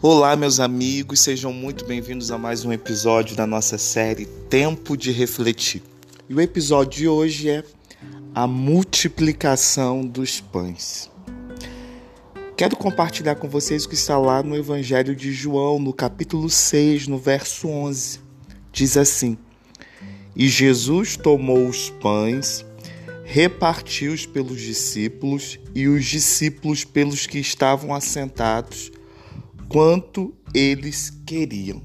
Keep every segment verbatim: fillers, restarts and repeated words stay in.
Olá, meus amigos, sejam muito bem-vindos a mais um episódio da nossa série Tempo de Refletir. E o episódio de hoje é a multiplicação dos pães. Quero compartilhar com vocês o que está lá no Evangelho de João, no capítulo seis, no verso onze. Diz assim: E Jesus tomou os pães, repartiu-os pelos discípulos e os discípulos pelos que estavam assentados, quanto eles queriam.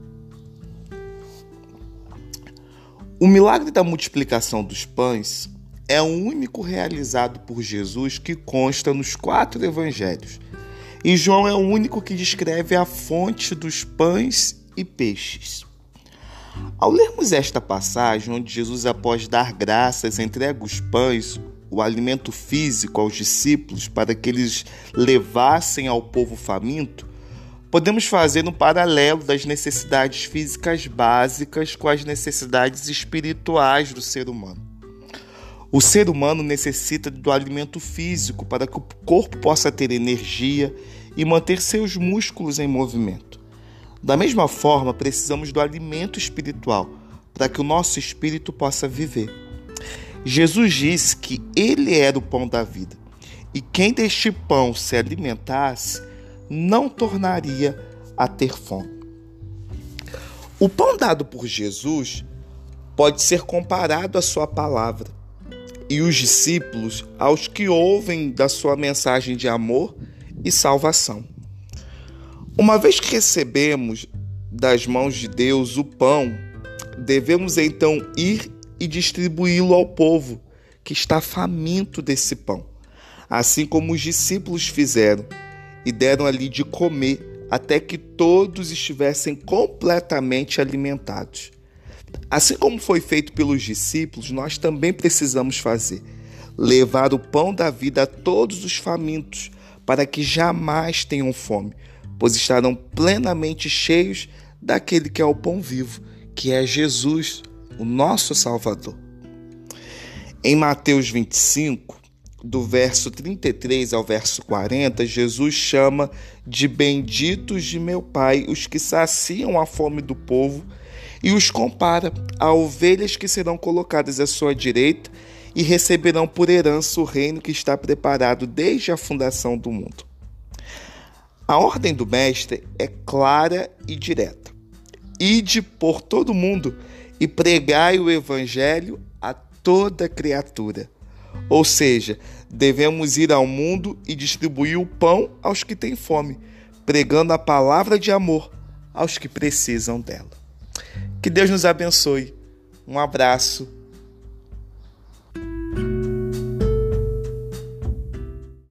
O milagre da multiplicação dos pães é o único realizado por Jesus que consta nos quatro evangelhos. E João é o único que descreve a fonte dos pães e peixes. Ao lermos esta passagem, onde Jesus, após dar graças, entrega os pães, o alimento físico aos discípulos para que eles levassem ao povo faminto, podemos fazer um paralelo das necessidades físicas básicas com as necessidades espirituais do ser humano. O ser humano necessita do alimento físico para que o corpo possa ter energia e manter seus músculos em movimento. Da mesma forma, precisamos do alimento espiritual para que o nosso espírito possa viver. Jesus disse que Ele era o pão da vida e quem deste pão se alimentasse não tornaria a ter fome. O pão dado por Jesus pode ser comparado à sua palavra e os discípulos aos que ouvem da sua mensagem de amor e salvação. Uma vez que recebemos das mãos de Deus o pão, devemos então ir e distribuí-lo ao povo que está faminto desse pão, assim como os discípulos fizeram e deram ali de comer até que todos estivessem completamente alimentados. Assim como foi feito pelos discípulos, nós também precisamos fazer, levar o pão da vida a todos os famintos, para que jamais tenham fome, pois estarão plenamente cheios daquele que é o pão vivo, que é Jesus, o nosso Salvador. Em Mateus vinte e cinco, do verso trinta e três ao verso quarenta, Jesus chama de benditos de meu Pai os que saciam a fome do povo e os compara a ovelhas que serão colocadas à sua direita e receberão por herança o reino que está preparado desde a fundação do mundo. A ordem do Mestre é clara e direta. Ide por todo mundo e pregai o evangelho a toda criatura. Ou seja, devemos ir ao mundo e distribuir o pão aos que têm fome, pregando a palavra de amor aos que precisam dela. Que Deus nos abençoe. Um abraço